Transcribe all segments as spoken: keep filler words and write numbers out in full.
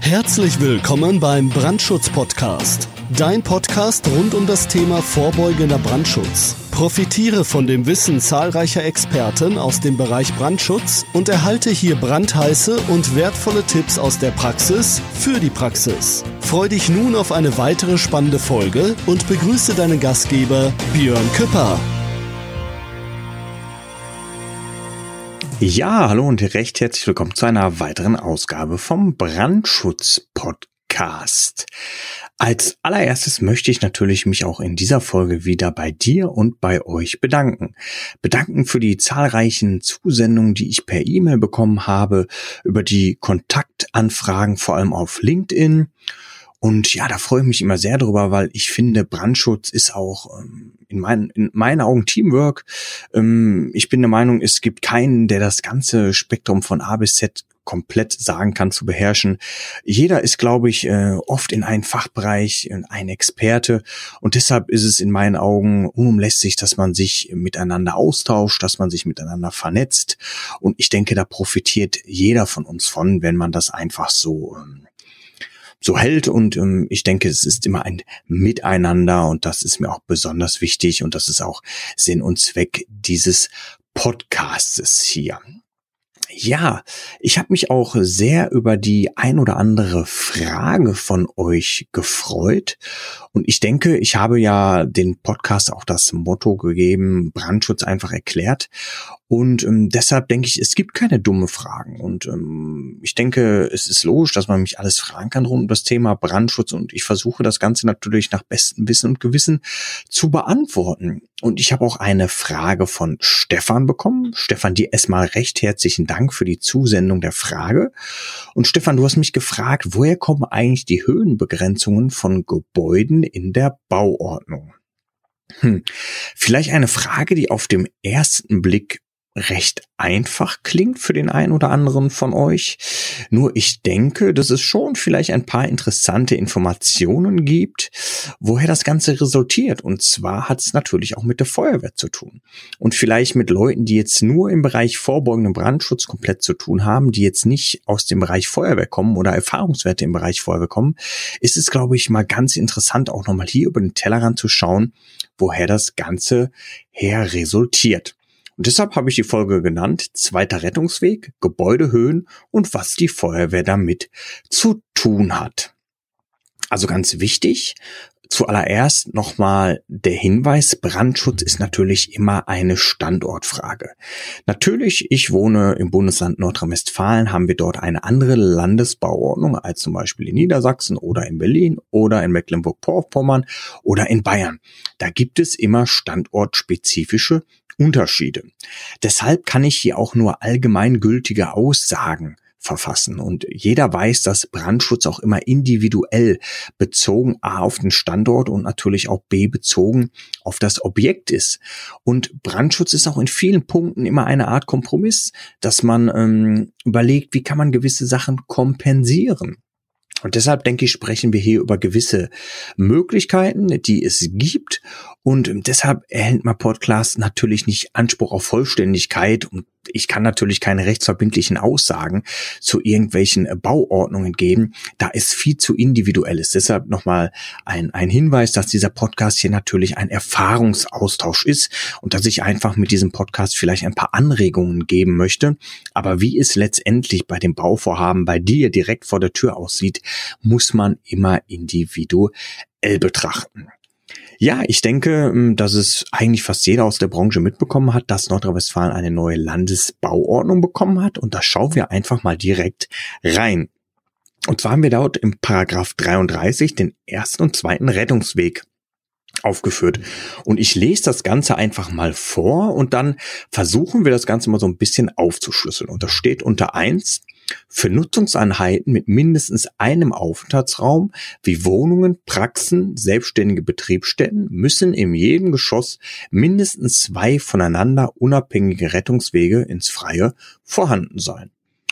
Herzlich willkommen beim Brandschutz-Podcast. Dein Podcast rund um das Thema vorbeugender Brandschutz. Profitiere von dem Wissen zahlreicher Experten aus dem Bereich Brandschutz und erhalte hier brandheiße und wertvolle Tipps aus der Praxis für die Praxis. Freu dich nun auf eine weitere spannende Folge und begrüße deinen Gastgeber Björn Küpper. Ja, hallo und recht herzlich willkommen zu einer weiteren Ausgabe vom Brandschutz-Podcast. Als allererstes möchte ich natürlich mich auch in dieser Folge wieder bei dir und bei euch bedanken. Bedanken für die zahlreichen Zusendungen, die ich per E-Mail bekommen habe, über die Kontaktanfragen, vor allem auf LinkedIn. Und ja, da freue ich mich immer sehr drüber, weil ich finde, Brandschutz ist auch ähm, in, meinen, in meinen Augen Teamwork. Ähm, ich bin der Meinung, es gibt keinen, der das ganze Spektrum von A bis Z komplett sagen kann, zu beherrschen. Jeder ist, glaube ich, äh, oft in einem Fachbereich ein Experte. Und deshalb ist es in meinen Augen unumlässig, dass man sich miteinander austauscht, dass man sich miteinander vernetzt. Und ich denke, da profitiert jeder von uns von, wenn man das einfach so ähm, so hält, und ähm, ich denke, es ist immer ein Miteinander, und das ist mir auch besonders wichtig, und das ist auch Sinn und Zweck dieses Podcastes hier. Ja, ich habe mich auch sehr über die ein oder andere Frage von euch gefreut, und ich denke, ich habe ja den Podcast auch das Motto gegeben, Brandschutz einfach erklärt, und ähm, deshalb denke ich, es gibt keine dumme Fragen, und ähm, ich denke, es ist logisch, dass man mich alles fragen kann rund um das Thema Brandschutz, und ich versuche das Ganze natürlich nach bestem Wissen und Gewissen zu beantworten. Und ich habe auch eine Frage von Stefan bekommen. Stefan, dir erstmal recht herzlichen Dank für die Zusendung der Frage. Und Stefan, du hast mich gefragt, woher kommen eigentlich die Höhenbegrenzungen von Gebäuden in der Bauordnung? Hm. Vielleicht eine Frage, die auf dem ersten Blick recht einfach klingt für den einen oder anderen von euch. Nur ich denke, dass es schon vielleicht ein paar interessante Informationen gibt, woher das Ganze resultiert. Und zwar hat es natürlich auch mit der Feuerwehr zu tun. Und vielleicht mit Leuten, die jetzt nur im Bereich vorbeugenden Brandschutz komplett zu tun haben, die jetzt nicht aus dem Bereich Feuerwehr kommen oder Erfahrungswerte im Bereich Feuerwehr kommen, ist es, glaube ich, mal ganz interessant, auch nochmal hier über den Tellerrand zu schauen, woher das Ganze her resultiert. Und deshalb habe ich die Folge genannt, zweiter Rettungsweg, Gebäudehöhen und was die Feuerwehr damit zu tun hat. Also ganz wichtig, zuallererst nochmal der Hinweis, Brandschutz ist natürlich immer eine Standortfrage. Natürlich, ich wohne im Bundesland Nordrhein-Westfalen, haben wir dort eine andere Landesbauordnung als zum Beispiel in Niedersachsen oder in Berlin oder in Mecklenburg-Vorpommern oder in Bayern. Da gibt es immer standortspezifische Unterschiede. Deshalb kann ich hier auch nur allgemeingültige Aussagen verfassen. Und jeder weiß, dass Brandschutz auch immer individuell bezogen A auf den Standort und natürlich auch B bezogen auf das Objekt ist. Und Brandschutz ist auch in vielen Punkten immer eine Art Kompromiss, dass man ähm, überlegt, wie kann man gewisse Sachen kompensieren. Und deshalb denke ich, sprechen wir hier über gewisse Möglichkeiten, die es gibt. Und deshalb erhält mein Podcast natürlich nicht Anspruch auf Vollständigkeit. Und ich kann natürlich keine rechtsverbindlichen Aussagen zu irgendwelchen Bauordnungen geben, da es viel zu individuell ist. Deshalb nochmal ein, ein Hinweis, dass dieser Podcast hier natürlich ein Erfahrungsaustausch ist und dass ich einfach mit diesem Podcast vielleicht ein paar Anregungen geben möchte. Aber wie es letztendlich bei dem Bauvorhaben bei dir direkt vor der Tür aussieht, muss man immer individuell betrachten. Ja, ich denke, dass es eigentlich fast jeder aus der Branche mitbekommen hat, dass Nordrhein-Westfalen eine neue Landesbauordnung bekommen hat, und da schauen wir einfach mal direkt rein. Und zwar haben wir dort im Paragraph dreiunddreißig den ersten und zweiten Rettungsweg aufgeführt. Und ich lese das Ganze einfach mal vor, und dann versuchen wir das Ganze mal so ein bisschen aufzuschlüsseln. Und da steht unter eins: Für Nutzungseinheiten mit mindestens einem Aufenthaltsraum wie Wohnungen, Praxen, selbstständige Betriebsstätten müssen in jedem Geschoss mindestens zwei voneinander unabhängige Rettungswege ins Freie vorhanden sein.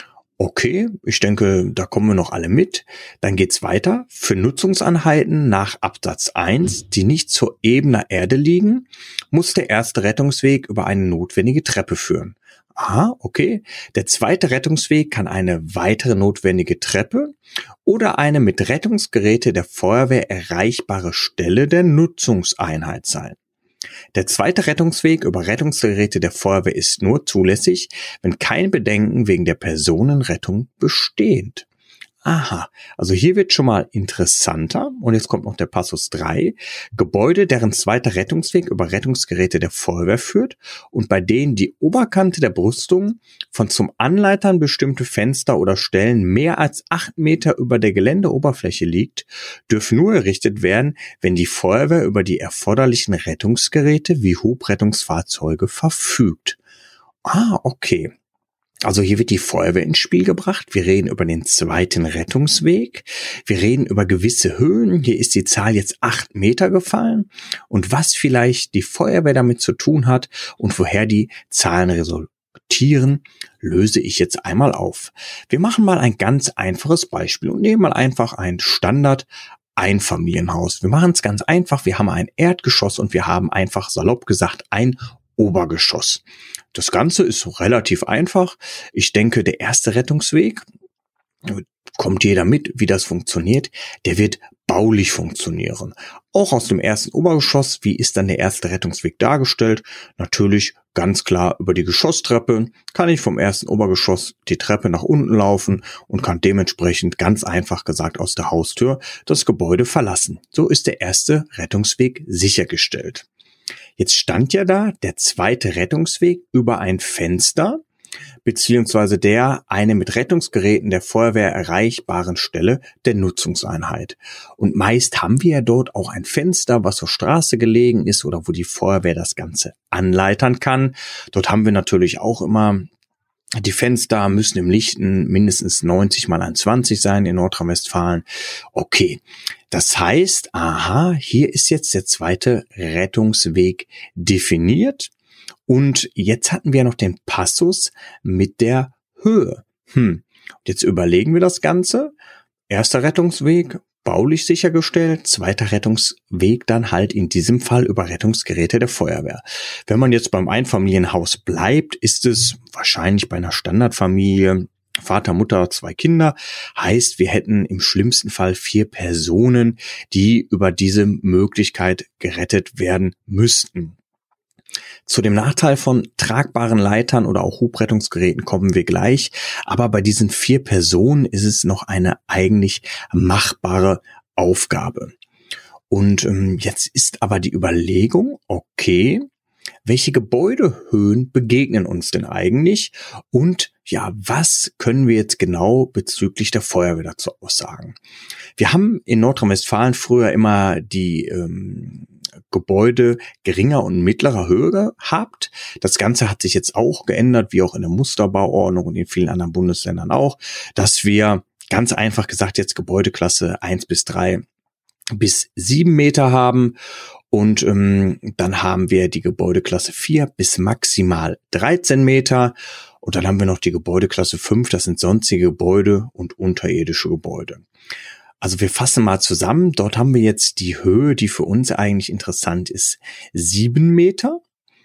Okay, ich denke, da kommen wir noch alle mit. Dann geht's weiter. Für Nutzungseinheiten nach Absatz eins, die nicht zur ebener Erde liegen, muss der erste Rettungsweg über eine notwendige Treppe führen. Aha, okay. Der zweite Rettungsweg kann eine weitere notwendige Treppe oder eine mit Rettungsgeräte der Feuerwehr erreichbare Stelle der Nutzungseinheit sein. Der zweite Rettungsweg über Rettungsgeräte der Feuerwehr ist nur zulässig, wenn kein Bedenken wegen der Personenrettung besteht. Aha, also hier wird schon mal interessanter und jetzt kommt noch der Passus drei. Gebäude, deren zweiter Rettungsweg über Rettungsgeräte der Feuerwehr führt und bei denen die Oberkante der Brüstung von zum Anleitern bestimmte Fenster oder Stellen mehr als acht Meter über der Geländeoberfläche liegt, dürfen nur errichtet werden, wenn die Feuerwehr über die erforderlichen Rettungsgeräte wie Hubrettungsfahrzeuge verfügt. Ah, okay. Also hier wird die Feuerwehr ins Spiel gebracht. Wir reden über den zweiten Rettungsweg. Wir reden über gewisse Höhen. Hier ist die Zahl jetzt acht Meter gefallen. Und was vielleicht die Feuerwehr damit zu tun hat und woher die Zahlen resultieren, löse ich jetzt einmal auf. Wir machen mal ein ganz einfaches Beispiel und nehmen mal einfach ein Standard Einfamilienhaus. Wir machen es ganz einfach. Wir haben ein Erdgeschoss und wir haben einfach salopp gesagt ein Obergeschoss. Das Ganze ist relativ einfach. Ich denke, der erste Rettungsweg, kommt jeder mit, wie das funktioniert, der wird baulich funktionieren. Auch aus dem ersten Obergeschoss, wie ist dann der erste Rettungsweg dargestellt? Natürlich ganz klar über die Geschosstreppe kann ich vom ersten Obergeschoss die Treppe nach unten laufen und kann dementsprechend ganz einfach gesagt aus der Haustür das Gebäude verlassen. So ist der erste Rettungsweg sichergestellt. Jetzt stand ja da der zweite Rettungsweg über ein Fenster, beziehungsweise der eine mit Rettungsgeräten der Feuerwehr erreichbaren Stelle der Nutzungseinheit. Und meist haben wir ja dort auch ein Fenster, was zur Straße gelegen ist oder wo die Feuerwehr das Ganze anleitern kann. Dort haben wir natürlich auch immer, die Fenster müssen im Lichten mindestens neunzig mal hundertzwanzig sein in Nordrhein-Westfalen. Okay, das heißt, aha, hier ist jetzt der zweite Rettungsweg definiert. Und jetzt hatten wir noch den Passus mit der Höhe. Hm, jetzt überlegen wir das Ganze. Erster Rettungsweg, baulich sichergestellt. Zweiter Rettungsweg dann halt in diesem Fall über Rettungsgeräte der Feuerwehr. Wenn man jetzt beim Einfamilienhaus bleibt, ist es wahrscheinlich bei einer Standardfamilie Vater, Mutter, zwei Kinder. Heißt, wir hätten im schlimmsten Fall vier Personen, die über diese Möglichkeit gerettet werden müssten. Zu dem Nachteil von tragbaren Leitern oder auch Hubrettungsgeräten kommen wir gleich. Aber bei diesen vier Personen ist es noch eine eigentlich machbare Aufgabe. Und ähm, jetzt ist aber die Überlegung, okay, welche Gebäudehöhen begegnen uns denn eigentlich? Und ja, was können wir jetzt genau bezüglich der Feuerwehr dazu aussagen? Wir haben in Nordrhein-Westfalen früher immer die ähm, Gebäude geringer und mittlerer Höhe gehabt. Das Ganze hat sich jetzt auch geändert, wie auch in der Musterbauordnung und in vielen anderen Bundesländern auch, dass wir ganz einfach gesagt jetzt Gebäudeklasse eins bis drei bis sieben Meter haben. Und ähm, dann haben wir die Gebäudeklasse vier bis maximal dreizehn Meter. Und dann haben wir noch die Gebäudeklasse fünf, das sind sonstige Gebäude und unterirdische Gebäude. Also wir fassen mal zusammen. Dort haben wir jetzt die Höhe, die für uns eigentlich interessant ist, sieben Meter.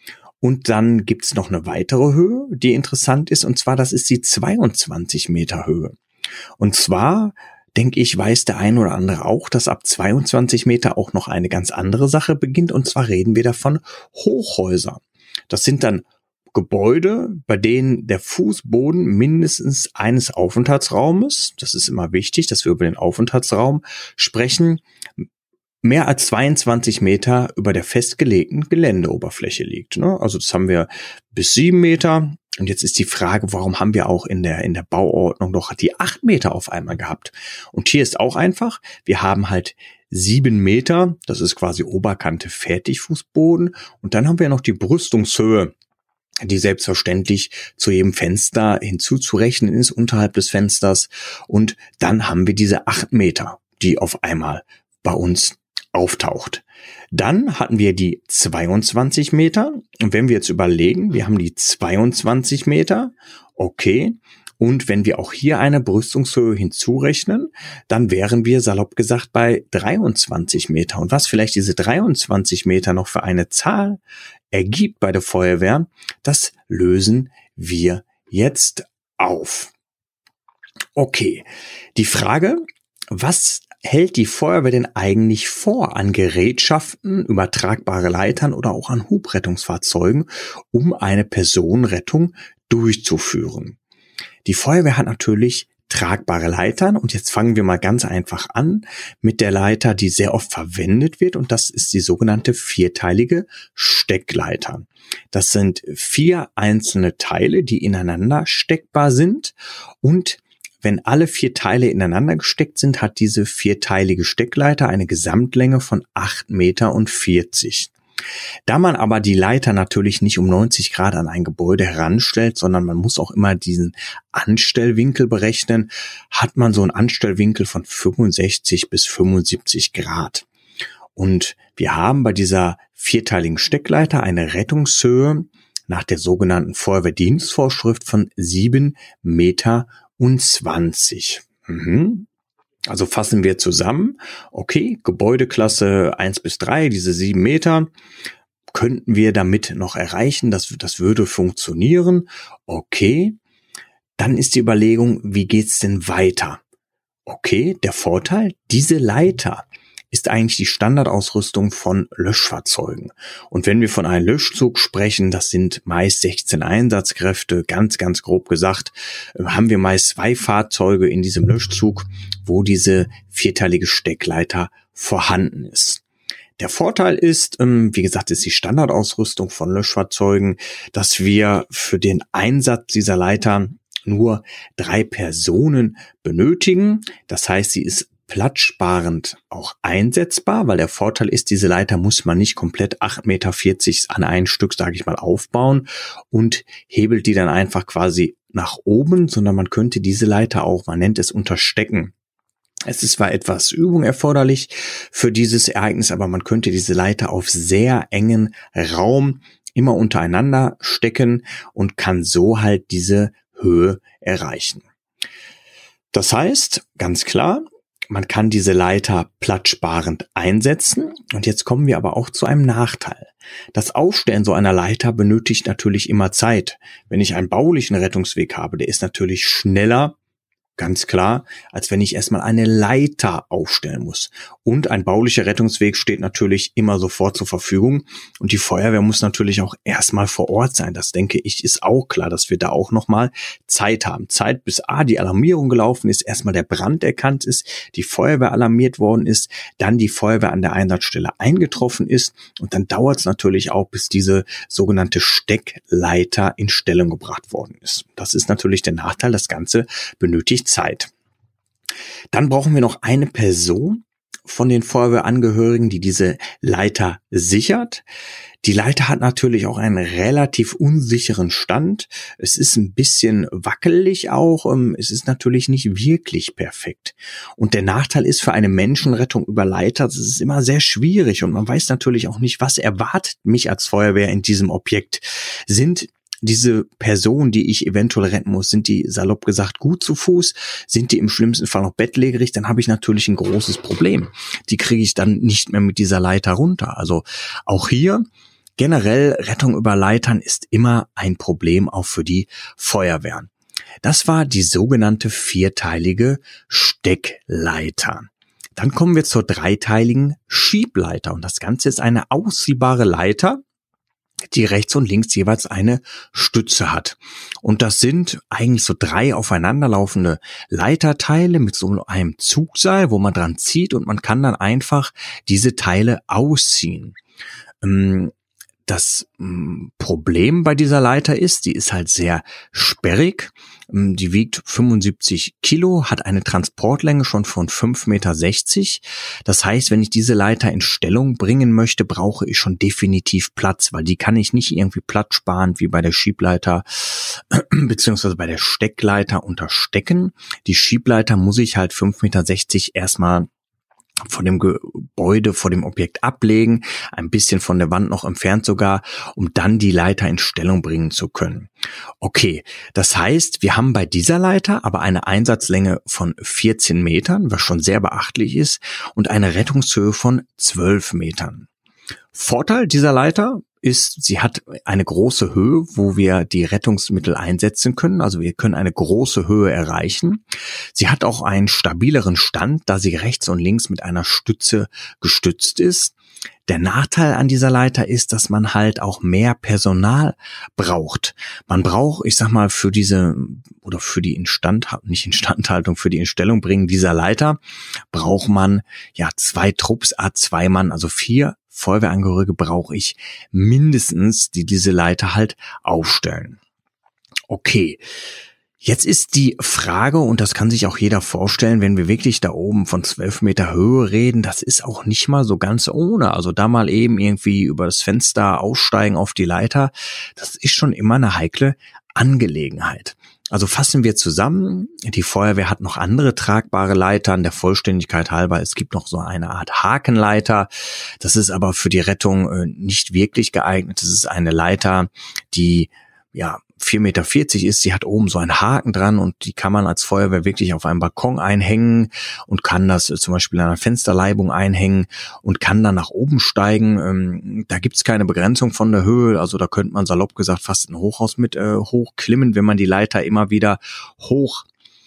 Und dann gibt's noch eine weitere Höhe, die interessant ist. Und zwar, das ist die zweiundzwanzig Meter Höhe. Und zwar denke ich, weiß der ein oder andere auch, dass ab zweiundzwanzig Meter auch noch eine ganz andere Sache beginnt. Und zwar reden wir davon Hochhäuser. Das sind dann Gebäude, bei denen der Fußboden mindestens eines Aufenthaltsraumes, das ist immer wichtig, dass wir über den Aufenthaltsraum sprechen, mehr als zweiundzwanzig Meter über der festgelegten Geländeoberfläche liegt. Also das haben wir bis sieben Meter. Und jetzt ist die Frage, warum haben wir auch in der, in der Bauordnung doch die acht Meter auf einmal gehabt? Und hier ist auch einfach, wir haben halt sieben Meter, das ist quasi Oberkante Fertigfußboden. Und dann haben wir noch die Brüstungshöhe, die selbstverständlich zu jedem Fenster hinzuzurechnen ist, unterhalb des Fensters. Und dann haben wir diese acht Meter, die auf einmal bei uns auftaucht. Dann hatten wir die zweiundzwanzig Meter. Und wenn wir jetzt überlegen, wir haben die zweiundzwanzig Meter, okay. Und wenn wir auch hier eine Brüstungshöhe hinzurechnen, dann wären wir salopp gesagt bei dreiundzwanzig Meter. Und was vielleicht diese dreiundzwanzig Meter noch für eine Zahl ergibt bei der Feuerwehr, das lösen wir jetzt auf. Okay, die Frage, was hält die Feuerwehr denn eigentlich vor an Gerätschaften, übertragbare Leitern oder auch an Hubrettungsfahrzeugen, um eine Personenrettung durchzuführen? Die Feuerwehr hat natürlich tragbare Leitern und jetzt fangen wir mal ganz einfach an mit der Leiter, die sehr oft verwendet wird, und das ist die sogenannte vierteilige Steckleiter. Das sind vier einzelne Teile, die ineinander steckbar sind, und wenn alle vier Teile ineinander gesteckt sind, hat diese vierteilige Steckleiter eine Gesamtlänge von acht Komma vierzig Meter. Da man aber die Leiter natürlich nicht um neunzig Grad an ein Gebäude heranstellt, sondern man muss auch immer diesen Anstellwinkel berechnen, hat man so einen Anstellwinkel von fünfundsechzig bis fünfundsiebzig Grad. Und wir haben bei dieser vierteiligen Steckleiter eine Rettungshöhe nach der sogenannten Feuerwehrdienstvorschrift von sieben Komma zwanzig Meter. Mhm. Also fassen wir zusammen. Okay, Gebäudeklasse eins bis drei, diese sieben Meter, könnten wir damit noch erreichen. Das, das würde funktionieren. Okay, dann ist die Überlegung, wie geht's denn weiter? Okay, der Vorteil, diese Leiter ist eigentlich die Standardausrüstung von Löschfahrzeugen. Und wenn wir von einem Löschzug sprechen, das sind meist sechzehn Einsatzkräfte, ganz, ganz grob gesagt, haben wir meist zwei Fahrzeuge in diesem Löschzug, wo diese vierteilige Steckleiter vorhanden ist. Der Vorteil ist, wie gesagt, ist die Standardausrüstung von Löschfahrzeugen, dass wir für den Einsatz dieser Leiter nur drei Personen benötigen. Das heißt, sie ist platzsparend auch einsetzbar, weil der Vorteil ist, diese Leiter muss man nicht komplett acht Komma vierzig Meter an ein Stück, sage ich mal, aufbauen und hebelt die dann einfach quasi nach oben, sondern man könnte diese Leiter auch, man nennt es unterstecken. Es ist zwar etwas Übung erforderlich für dieses Ereignis, aber man könnte diese Leiter auf sehr engen Raum immer untereinander stecken und kann so halt diese Höhe erreichen. Das heißt, ganz klar, man kann diese Leiter platzsparend einsetzen. Und jetzt kommen wir aber auch zu einem Nachteil. Das Aufstellen so einer Leiter benötigt natürlich immer Zeit. Wenn ich einen baulichen Rettungsweg habe, der ist natürlich schneller, ganz klar, als wenn ich erstmal eine Leiter aufstellen muss. Und ein baulicher Rettungsweg steht natürlich immer sofort zur Verfügung. Und die Feuerwehr muss natürlich auch erstmal vor Ort sein. Das, denke ich, ist auch klar, dass wir da auch nochmal Zeit haben. Zeit, bis A, die Alarmierung gelaufen ist, erstmal der Brand erkannt ist, die Feuerwehr alarmiert worden ist, dann die Feuerwehr an der Einsatzstelle eingetroffen ist. Und dann dauert es natürlich auch, bis diese sogenannte Steckleiter in Stellung gebracht worden ist. Das ist natürlich der Nachteil. Das Ganze benötigt Zeit. Dann brauchen wir noch eine Person von den Feuerwehrangehörigen, die diese Leiter sichert. Die Leiter hat natürlich auch einen relativ unsicheren Stand. Es ist ein bisschen wackelig auch. Es ist natürlich nicht wirklich perfekt. Und der Nachteil ist für eine Menschenrettung über Leiter, das ist immer sehr schwierig und man weiß natürlich auch nicht, was erwartet mich als Feuerwehr in diesem Objekt. Sind diese Person, die ich eventuell retten muss, sind die salopp gesagt gut zu Fuß? Sind die im schlimmsten Fall noch bettlägerig? Dann habe ich natürlich ein großes Problem. Die kriege ich dann nicht mehr mit dieser Leiter runter. Also auch hier generell Rettung über Leitern ist immer ein Problem, auch für die Feuerwehren. Das war die sogenannte vierteilige Steckleiter. Dann kommen wir zur dreiteiligen Schiebleiter und das Ganze ist eine ausziehbare Leiter, die rechts und links jeweils eine Stütze hat. Und das sind eigentlich so drei aufeinanderlaufende Leiterteile mit so einem Zugseil, wo man dran zieht und man kann dann einfach diese Teile ausziehen. Das Problem bei dieser Leiter ist, die ist halt sehr sperrig. Die wiegt fünfundsiebzig Kilo, hat eine Transportlänge schon von fünf Komma sechzig Meter. Das heißt, wenn ich diese Leiter in Stellung bringen möchte, brauche ich schon definitiv Platz, weil die kann ich nicht irgendwie platzsparend wie bei der Schiebleiter beziehungsweise bei der Steckleiter unterstecken. Die Schiebleiter muss ich halt fünf Komma sechzig Meter erstmal von dem Gebäude, vor dem Objekt ablegen, ein bisschen von der Wand noch entfernt sogar, um dann die Leiter in Stellung bringen zu können. Okay, das heißt, wir haben bei dieser Leiter aber eine Einsatzlänge von vierzehn Metern, was schon sehr beachtlich ist, und eine Rettungshöhe von zwölf Metern. Vorteil dieser Leiter ist, sie hat eine große Höhe, wo wir die Rettungsmittel einsetzen können. Also wir können eine große Höhe erreichen. Sie hat auch einen stabileren Stand, da sie rechts und links mit einer Stütze gestützt ist. Der Nachteil an dieser Leiter ist, dass man halt auch mehr Personal braucht. Man braucht, ich sag mal, für diese oder für die Instand, nicht Instandhaltung, für die Instellung bringen dieser Leiter braucht man ja zwei Trupps, a zwei Mann, also vier Feuerwehrangehörige brauche ich mindestens, die diese Leiter halt aufstellen. Okay. Jetzt ist die Frage, und das kann sich auch jeder vorstellen, wenn wir wirklich da oben von zwölf Meter Höhe reden, das ist auch nicht mal so ganz ohne. Also da mal eben irgendwie über das Fenster aussteigen auf die Leiter, das ist schon immer eine heikle Angelegenheit. Also fassen wir zusammen, die Feuerwehr hat noch andere tragbare Leitern, der Vollständigkeit halber, es gibt noch so eine Art Hakenleiter, das ist aber für die Rettung nicht wirklich geeignet, das ist eine Leiter, die ja vier Meter vierzig ist, sie hat oben so einen Haken dran und die kann man als Feuerwehr wirklich auf einem Balkon einhängen und kann das zum Beispiel an einer Fensterleibung einhängen und kann dann nach oben steigen. Da gibt's keine Begrenzung von der Höhe, also da könnte man salopp gesagt fast ein Hochhaus mit äh, hochklimmen, wenn man die Leiter immer wieder hoch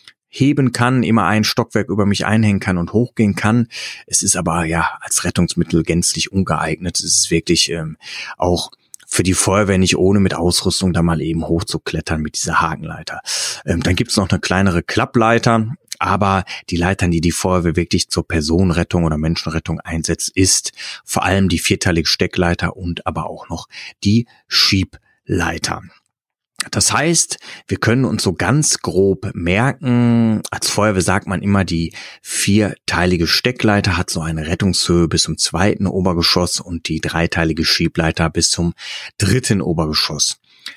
heben kann, immer ein Stockwerk über mich einhängen kann und hochgehen kann. Es ist aber ja als Rettungsmittel gänzlich ungeeignet. Es ist wirklich ähm, auch für die Feuerwehr nicht ohne mit Ausrüstung da mal eben hochzuklettern mit dieser Hakenleiter. Ähm, dann gibt's noch eine kleinere Klappleiter, aber die Leitern, die die Feuerwehr wirklich zur Personenrettung oder Menschenrettung einsetzt, ist vor allem die vierteilige Steckleiter und aber auch noch die Schiebleiter. Das heißt, wir können uns so ganz grob merken, als Feuerwehr sagt man immer, die vierteilige Steckleiter hat so eine Rettungshöhe bis zum zweiten Obergeschoss und die dreiteilige Schiebleiter bis zum dritten Obergeschoss.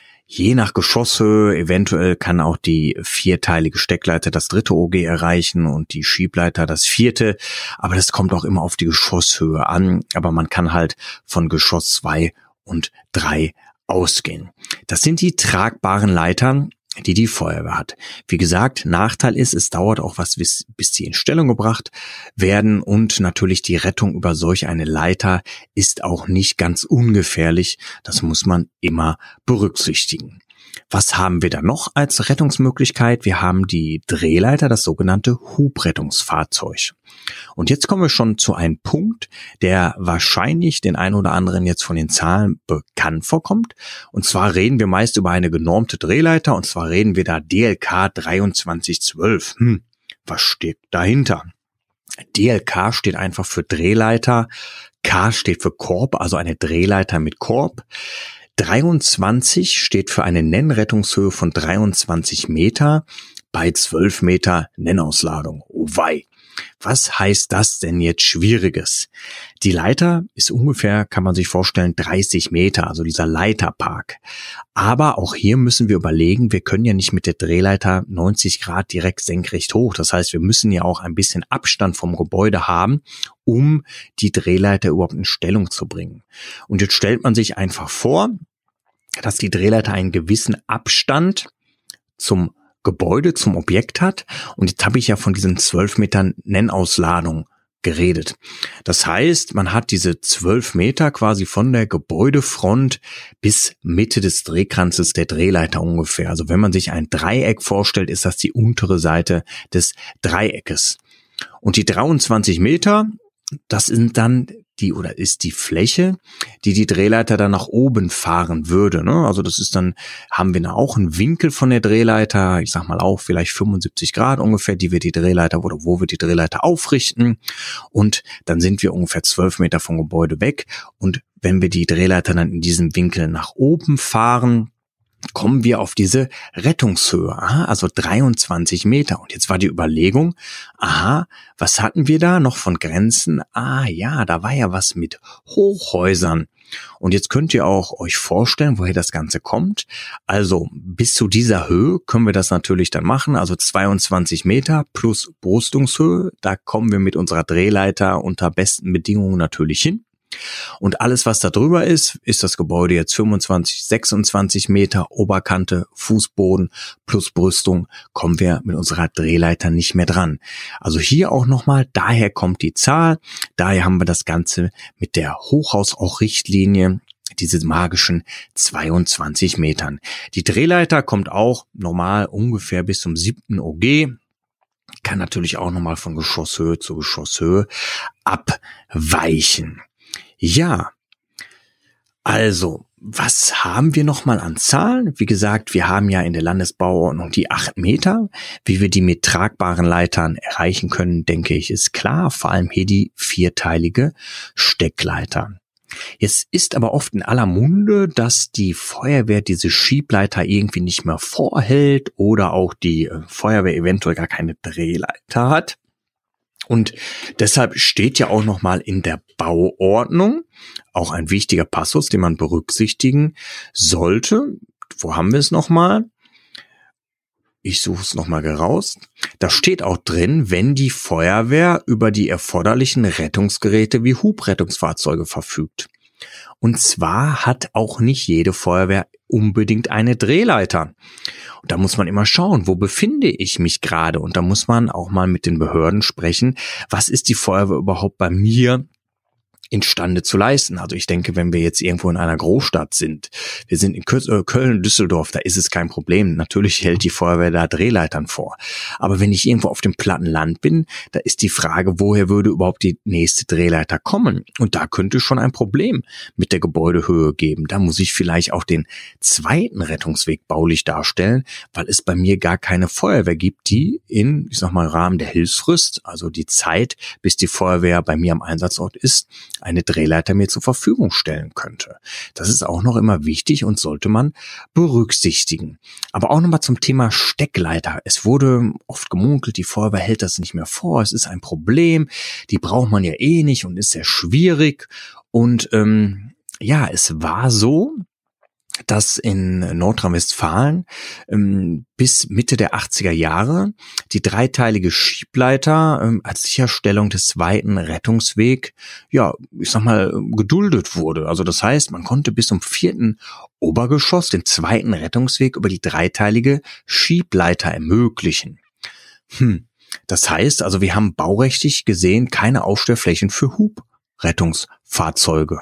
Je nach Geschosshöhe, eventuell kann auch die vierteilige Steckleiter das dritte O G erreichen und die Schiebleiter das vierte, aber das kommt auch immer auf die Geschosshöhe an, aber man kann halt von Geschoss zwei und drei ausgehen. Das sind die tragbaren Leitern, die die Feuerwehr hat. Wie gesagt, Nachteil ist, es dauert auch was, bis, bis die in Stellung gebracht werden und natürlich die Rettung über solch eine Leiter ist auch nicht ganz ungefährlich. Das muss man immer berücksichtigen. Was haben wir da noch als Rettungsmöglichkeit? Wir haben die Drehleiter, das sogenannte Hubrettungsfahrzeug. Und jetzt kommen wir schon zu einem Punkt, der wahrscheinlich den einen oder anderen jetzt von den Zahlen bekannt vorkommt. Und zwar reden wir meist über eine genormte Drehleiter und zwar reden wir da D L K dreiundzwanzig zwölf. Hm, was steht dahinter? D L K steht einfach für Drehleiter, K steht für Korb, also eine Drehleiter mit Korb. dreiundzwanzig steht für eine Nennrettungshöhe von dreiundzwanzig Meter bei zwölf Meter Nennausladung. Oh wei. Was heißt das denn jetzt Schwieriges? Die Leiter ist ungefähr, kann man sich vorstellen, dreißig Meter, also dieser Leiterpark. Aber auch hier müssen wir überlegen, wir können ja nicht mit der Drehleiter neunzig Grad direkt senkrecht hoch. Das heißt, wir müssen ja auch ein bisschen Abstand vom Gebäude haben, um die Drehleiter überhaupt in Stellung zu bringen. Und jetzt stellt man sich einfach vor, dass die Drehleiter einen gewissen Abstand zum Gebäude, zum Objekt hat. Und jetzt habe ich ja von diesen zwölf Metern Nennausladung geredet. Das heißt, man hat diese zwölf Meter quasi von der Gebäudefront bis Mitte des Drehkranzes der Drehleiter ungefähr. Also wenn man sich ein Dreieck vorstellt, ist das die untere Seite des Dreieckes. Und die dreiundzwanzig Meter, das sind dann die oder ist die Fläche, die die Drehleiter dann nach oben fahren würde. Ne? Also das ist dann, haben wir da auch einen Winkel von der Drehleiter, ich sag mal auch vielleicht fünfundsiebzig Grad ungefähr, die wir die Drehleiter oder wo wir die Drehleiter aufrichten. Und dann sind wir ungefähr zwölf Meter vom Gebäude weg. Und wenn wir die Drehleiter dann in diesem Winkel nach oben fahren, kommen wir auf diese Rettungshöhe, aha, also dreiundzwanzig Meter. Und jetzt war die Überlegung, aha, was hatten wir da noch von Grenzen? Ah ja, da war ja was mit Hochhäusern. Und jetzt könnt ihr auch euch vorstellen, woher das Ganze kommt. Also bis zu dieser Höhe können wir das natürlich dann machen, also zweiundzwanzig Meter plus Brüstungshöhe. Da kommen wir mit unserer Drehleiter unter besten Bedingungen natürlich hin. Und alles, was da drüber ist, ist das Gebäude jetzt fünfundzwanzig, sechsundzwanzig Meter Oberkante, Fußboden plus Brüstung, kommen wir mit unserer Drehleiter nicht mehr dran. Also hier auch nochmal, daher kommt die Zahl, daher haben wir das Ganze mit der Hochhaus auch Richtlinie, diese magischen zweiundzwanzig Metern. Die Drehleiter kommt auch normal ungefähr bis zum siebten O G. Kann natürlich auch nochmal von Geschosshöhe zu Geschosshöhe abweichen. Ja, also, was haben wir nochmal an Zahlen? Wie gesagt, wir haben ja in der Landesbauordnung die acht Meter. Wie wir die mit tragbaren Leitern erreichen können, denke ich, ist klar. Vor allem hier die vierteilige Steckleiter. Jetzt ist aber oft in aller Munde, dass die Feuerwehr diese Schiebleiter irgendwie nicht mehr vorhält oder auch die Feuerwehr eventuell gar keine Drehleiter hat. Und deshalb steht ja auch nochmal in der Bauordnung auch ein wichtiger Passus, den man berücksichtigen sollte. Wo haben wir es nochmal? Ich suche es nochmal raus. Da steht auch drin, wenn die Feuerwehr über die erforderlichen Rettungsgeräte wie Hubrettungsfahrzeuge verfügt. Und zwar hat auch nicht jede Feuerwehr unbedingt eine Drehleiter. Und da muss man immer schauen, wo befinde ich mich gerade? Und da muss man auch mal mit den Behörden sprechen, was ist die Feuerwehr überhaupt bei mir imstande zu leisten. Also ich denke, wenn wir jetzt irgendwo in einer Großstadt sind, wir sind in Köln, Düsseldorf, da ist es kein Problem. Natürlich hält die Feuerwehr da Drehleitern vor. Aber wenn ich irgendwo auf dem platten Land bin, da ist die Frage, woher würde überhaupt die nächste Drehleiter kommen? Und da könnte schon ein Problem mit der Gebäudehöhe geben. Da muss ich vielleicht auch den zweiten Rettungsweg baulich darstellen, weil es bei mir gar keine Feuerwehr gibt, die in, ich sag mal, im Rahmen der Hilfsfrist, also die Zeit, bis die Feuerwehr bei mir am Einsatzort ist, eine Drehleiter mir zur Verfügung stellen könnte. Das ist auch noch immer wichtig und sollte man berücksichtigen. Aber auch nochmal zum Thema Steckleiter. Es wurde oft gemunkelt, die Feuerwehr hält das nicht mehr vor. Es ist ein Problem. Die braucht man ja eh nicht und ist sehr schwierig. Und ähm, ja, es war so, dass in Nordrhein-Westfalen ähm, bis Mitte der achtziger Jahre die dreiteilige Schiebleiter ähm, als Sicherstellung des zweiten Rettungswegs, ja, ich sag mal, geduldet wurde. Also das heißt, man konnte bis zum vierten Obergeschoss den zweiten Rettungsweg über die dreiteilige Schiebleiter ermöglichen. Hm. Das heißt, also wir haben baurechtlich gesehen keine Aufstellflächen für Hubrettungsfahrzeuge.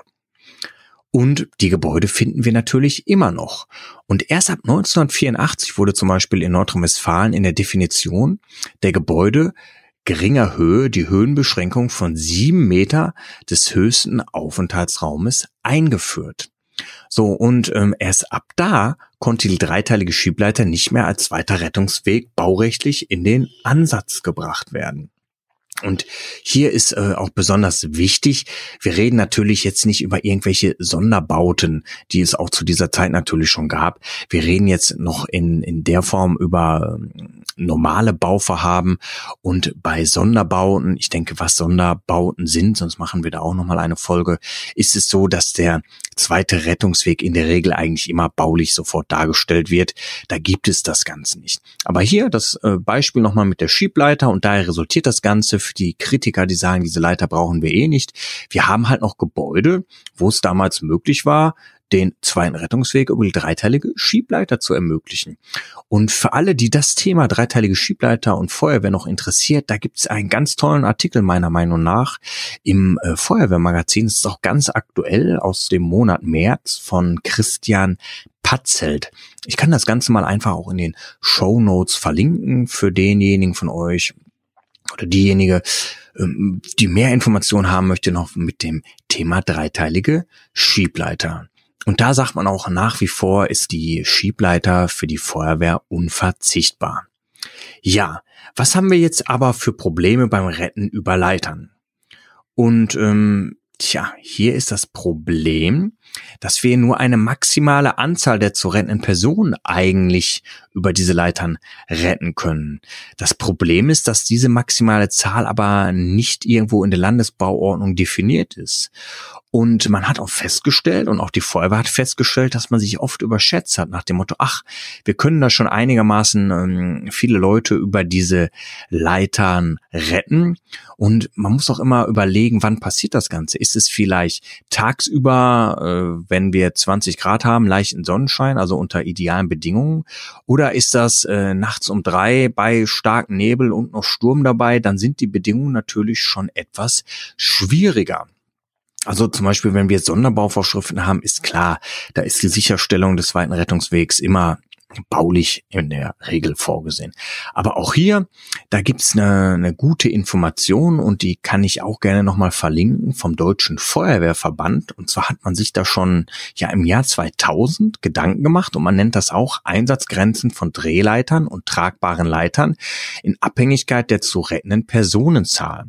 Und die Gebäude finden wir natürlich immer noch. Und erst ab neunzehnhundertvierundachtzig wurde zum Beispiel in Nordrhein-Westfalen in der Definition der Gebäude geringer Höhe die Höhenbeschränkung von sieben Meter des höchsten Aufenthaltsraumes eingeführt. So, und ähm, erst ab da konnte die dreiteilige Schiebleiter nicht mehr als zweiter Rettungsweg baurechtlich in den Ansatz gebracht werden. Und hier ist äh, auch besonders wichtig, wir reden natürlich jetzt nicht über irgendwelche Sonderbauten, die es auch zu dieser Zeit natürlich schon gab. Wir reden jetzt noch in in der Form über ähm, normale Bauvorhaben und bei Sonderbauten, ich denke, was Sonderbauten sind, sonst machen wir da auch nochmal eine Folge, ist es so, dass der zweite Rettungsweg in der Regel eigentlich immer baulich sofort dargestellt wird. Da gibt es das Ganze nicht. Aber hier das äh, Beispiel nochmal mit der Schiebleiter und daher resultiert das Ganze für die Kritiker, die sagen, diese Leiter brauchen wir eh nicht. Wir haben halt noch Gebäude, wo es damals möglich war, den zweiten Rettungsweg über die dreiteilige Schiebleiter zu ermöglichen. Und für alle, die das Thema dreiteilige Schiebleiter und Feuerwehr noch interessiert, da gibt es einen ganz tollen Artikel meiner Meinung nach im äh, Feuerwehrmagazin. Das ist auch ganz aktuell aus dem Monat März von Christian Patzelt. Ich kann das Ganze mal einfach auch in den Shownotes verlinken für denjenigen von euch oder diejenige, ähm, die mehr Informationen haben möchte noch mit dem Thema dreiteilige Schiebleiter. Und da sagt man auch, nach wie vor ist die Schiebleiter für die Feuerwehr unverzichtbar. Ja, was haben wir jetzt aber für Probleme beim Retten über Leitern? Und ähm, tja, hier ist das Problem, dass wir nur eine maximale Anzahl der zu rettenden Personen eigentlich über diese Leitern retten können. Das Problem ist, dass diese maximale Zahl aber nicht irgendwo in der Landesbauordnung definiert ist. Und man hat auch festgestellt, und auch die Feuerwehr hat festgestellt, dass man sich oft überschätzt hat, nach dem Motto, ach, wir können da schon einigermaßen ähm, viele Leute über diese Leitern retten. Und man muss auch immer überlegen, wann passiert das Ganze? Ist es vielleicht tagsüber, äh, wenn wir zwanzig Grad haben, leichten Sonnenschein, also unter idealen Bedingungen? Oder ist das äh, nachts um drei bei starkem Nebel und noch Sturm dabei? Dann sind die Bedingungen natürlich schon etwas schwieriger. Also zum Beispiel, wenn wir Sonderbauvorschriften haben, ist klar, da ist die Sicherstellung des zweiten Rettungswegs immer baulich in der Regel vorgesehen. Aber auch hier, da gibt's eine, eine gute Information und die kann ich auch gerne nochmal verlinken vom Deutschen Feuerwehrverband. Und zwar hat man sich da schon ja im Jahr zweitausend Gedanken gemacht und man nennt das auch Einsatzgrenzen von Drehleitern und tragbaren Leitern in Abhängigkeit der zu rettenden Personenzahl.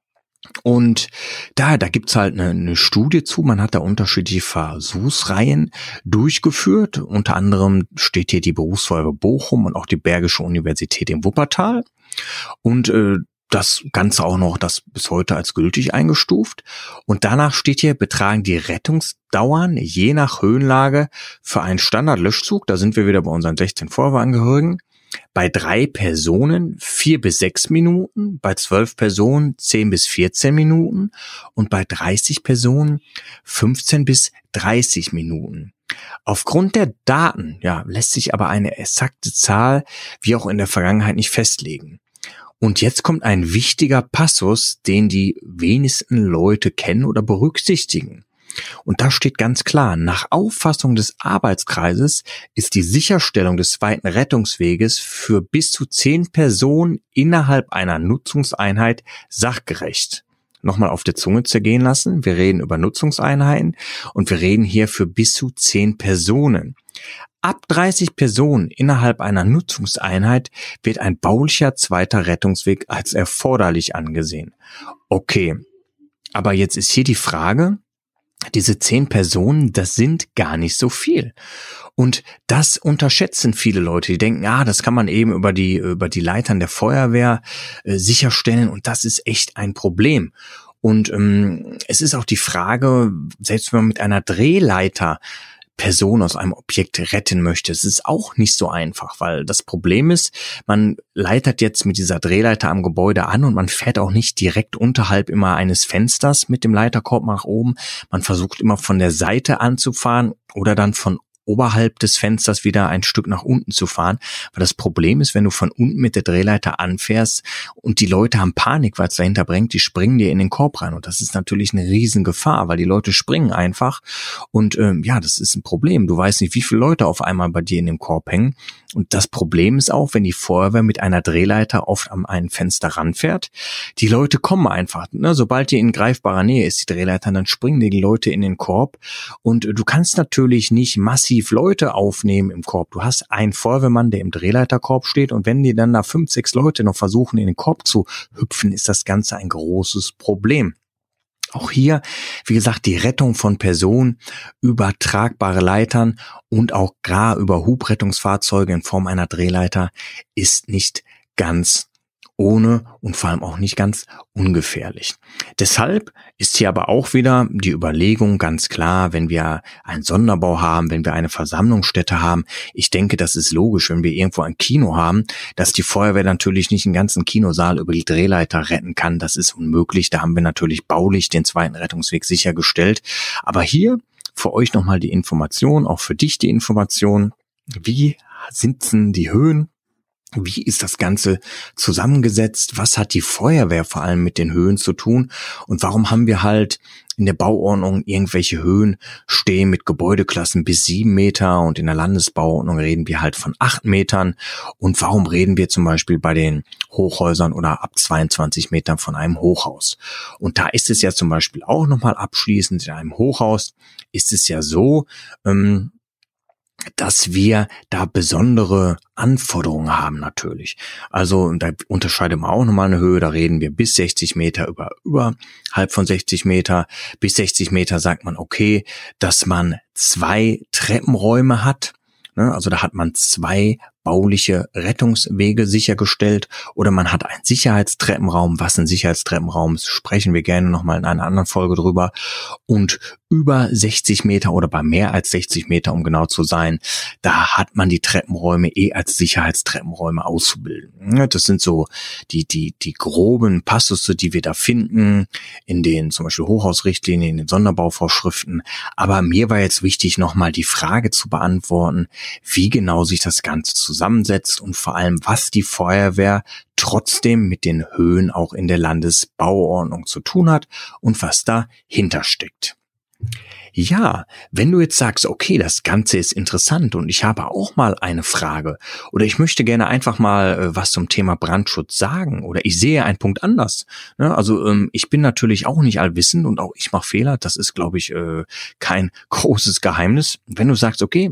Und da, da gibt's halt eine, eine Studie zu, man hat da unterschiedliche Versuchsreihen durchgeführt, unter anderem steht hier die Berufsfeuerwehr Bochum und auch die Bergische Universität in Wuppertal und äh, das Ganze auch noch das bis heute als gültig eingestuft und danach steht hier, betragen die Rettungsdauern je nach Höhenlage für einen Standardlöschzug, da sind wir wieder bei unseren sechzehn Feuerwehrangehörigen, bei drei Personen vier bis sechs Minuten, bei zwölf Personen zehn bis vierzehn Minuten und bei dreißig Personen fünfzehn bis dreißig Minuten. Aufgrund der Daten, ja, lässt sich aber eine exakte Zahl wie auch in der Vergangenheit nicht festlegen. Und jetzt kommt ein wichtiger Passus, den die wenigsten Leute kennen oder berücksichtigen. Und da steht ganz klar, nach Auffassung des Arbeitskreises ist die Sicherstellung des zweiten Rettungsweges für bis zu zehn Personen innerhalb einer Nutzungseinheit sachgerecht. Nochmal auf der Zunge zergehen lassen, wir reden über Nutzungseinheiten und wir reden hier für bis zu zehn Personen. Ab dreißig Personen innerhalb einer Nutzungseinheit wird ein baulicher zweiter Rettungsweg als erforderlich angesehen. Okay, aber jetzt ist hier die Frage, diese zehn Personen, das sind gar nicht so viel. Und das unterschätzen viele Leute. Die denken, ah, das kann man eben über die, über die Leitern der Feuerwehr äh, sicherstellen. Und das ist echt ein Problem. Und ähm, es ist auch die Frage, selbst wenn man mit einer Drehleiter Person aus einem Objekt retten möchte. Es ist auch nicht so einfach, weil das Problem ist, man leitet jetzt mit dieser Drehleiter am Gebäude an und man fährt auch nicht direkt unterhalb immer eines Fensters mit dem Leiterkorb nach oben. Man versucht immer von der Seite anzufahren oder dann von oberhalb des Fensters wieder ein Stück nach unten zu fahren, weil das Problem ist, wenn du von unten mit der Drehleiter anfährst und die Leute haben Panik, weil es dahinter bringt, die springen dir in den Korb rein und das ist natürlich eine riesen Gefahr, weil die Leute springen einfach und ähm, ja, das ist ein Problem. Du weißt nicht, wie viele Leute auf einmal bei dir in dem Korb hängen und das Problem ist auch, wenn die Feuerwehr mit einer Drehleiter oft an ein Fenster ranfährt, die Leute kommen einfach, ne? Sobald die in greifbarer Nähe ist, die Drehleiter, dann springen die Leute in den Korb und äh, du kannst natürlich nicht massiv Leute aufnehmen im Korb. Du hast einen Feuerwehrmann, der im Drehleiterkorb steht und wenn die dann da fünf, sechs Leute noch versuchen, in den Korb zu hüpfen, ist das Ganze ein großes Problem. Auch hier, wie gesagt, die Rettung von Personen über tragbare Leitern und auch gar über Hubrettungsfahrzeuge in Form einer Drehleiter ist nicht ganz ohne und vor allem auch nicht ganz ungefährlich. Deshalb ist hier aber auch wieder die Überlegung ganz klar, wenn wir einen Sonderbau haben, wenn wir eine Versammlungsstätte haben. Ich denke, das ist logisch, wenn wir irgendwo ein Kino haben, dass die Feuerwehr natürlich nicht den ganzen Kinosaal über die Drehleiter retten kann. Das ist unmöglich. Da haben wir natürlich baulich den zweiten Rettungsweg sichergestellt. Aber hier für euch nochmal die Information, auch für dich die Information. Wie sind denn die Höhen? Wie ist das Ganze zusammengesetzt? Was hat die Feuerwehr vor allem mit den Höhen zu tun? Und warum haben wir halt in der Bauordnung irgendwelche Höhen stehen mit Gebäudeklassen bis sieben Meter und in der Landesbauordnung reden wir halt von acht Metern? Und warum reden wir zum Beispiel bei den Hochhäusern oder ab zweiundzwanzig Metern von einem Hochhaus? Und da ist es ja zum Beispiel auch nochmal abschließend, in einem Hochhaus ist es ja so, ähm, dass wir da besondere Anforderungen haben natürlich. Also da unterscheiden wir auch nochmal eine Höhe, da reden wir bis sechzig Meter, über überhalb von sechzig Meter. Bis sechzig Meter sagt man, okay, dass man zwei Treppenräume hat. Also da hat man zwei bauliche Rettungswege sichergestellt oder man hat einen Sicherheitstreppenraum. Was ein Sicherheitstreppenraum ist, sprechen wir gerne nochmal in einer anderen Folge drüber. Und über sechzig Meter oder bei mehr als sechzig Meter, um genau zu sein, da hat man die Treppenräume eh als Sicherheitstreppenräume auszubilden. Das sind so die die die groben Passusse, die wir da finden in den zum Beispiel Hochhausrichtlinien, in den Sonderbauvorschriften. Aber mir war jetzt wichtig, nochmal die Frage zu beantworten, wie genau sich das Ganze zusammensetzt. zusammensetzt und vor allem, was die Feuerwehr trotzdem mit den Höhen auch in der Landesbauordnung zu tun hat und was dahinter steckt. Ja, wenn du jetzt sagst, okay, das Ganze ist interessant und ich habe auch mal eine Frage oder ich möchte gerne einfach mal äh, was zum Thema Brandschutz sagen oder ich sehe einen Punkt anders. Ne? Also ähm, ich bin natürlich auch nicht allwissend und auch ich mache Fehler. Das ist, glaube ich, äh, kein großes Geheimnis. Wenn du sagst, okay,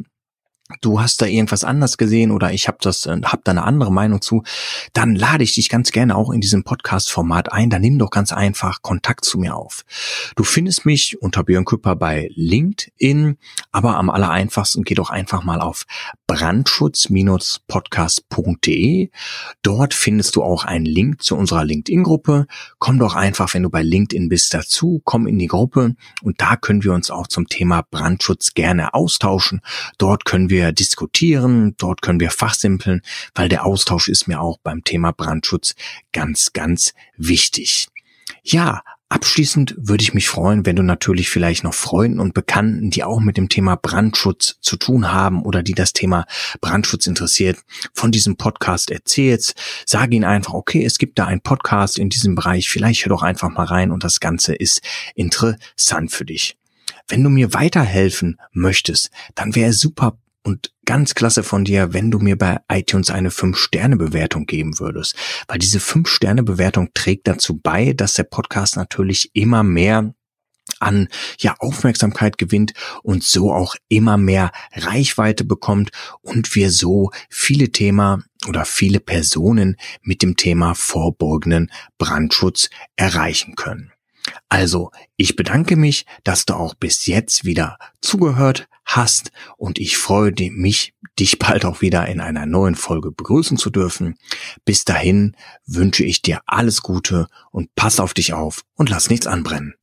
du hast da irgendwas anders gesehen oder ich habe das, äh, hab da eine andere Meinung zu, dann lade ich dich ganz gerne auch in diesem Podcast-Format ein. Dann nimm doch ganz einfach Kontakt zu mir auf. Du findest mich unter Björn Küpper bei LinkedIn, aber am allereinfachsten geh doch einfach mal auf brandschutz Podcast punkt de. Dort findest du auch einen Link zu unserer LinkedIn-Gruppe. Komm doch einfach, wenn du bei LinkedIn bist, dazu, komm in die Gruppe und da können wir uns auch zum Thema Brandschutz gerne austauschen. Dort können wir diskutieren, dort können wir fachsimpeln, weil der Austausch ist mir auch beim Thema Brandschutz ganz, ganz wichtig. Ja, abschließend würde ich mich freuen, wenn du natürlich vielleicht noch Freunden und Bekannten, die auch mit dem Thema Brandschutz zu tun haben oder die das Thema Brandschutz interessiert, von diesem Podcast erzählst. Sag ihnen einfach, okay, es gibt da einen Podcast in diesem Bereich, vielleicht hör doch einfach mal rein und das Ganze ist interessant für dich. Wenn du mir weiterhelfen möchtest, dann wäre es super und ganz klasse von dir, wenn du mir bei iTunes eine fünf Sterne Bewertung geben würdest. Weil diese fünf Sterne Bewertung trägt dazu bei, dass der Podcast natürlich immer mehr an ja Aufmerksamkeit gewinnt und so auch immer mehr Reichweite bekommt und wir so viele Themen oder viele Personen mit dem Thema vorbeugenden Brandschutz erreichen können. Also, ich bedanke mich, dass du auch bis jetzt wieder zugehört hast und ich freue mich, dich bald auch wieder in einer neuen Folge begrüßen zu dürfen. Bis dahin wünsche ich dir alles Gute und pass auf dich auf und lass nichts anbrennen.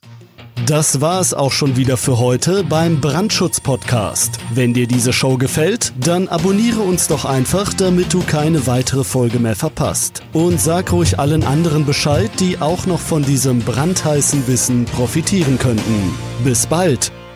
Das war es auch schon wieder für heute beim Brandschutz-Podcast. Wenn dir diese Show gefällt, dann abonniere uns doch einfach, damit du keine weitere Folge mehr verpasst. Und sag ruhig allen anderen Bescheid, die auch noch von diesem brandheißen Wissen profitieren könnten. Bis bald!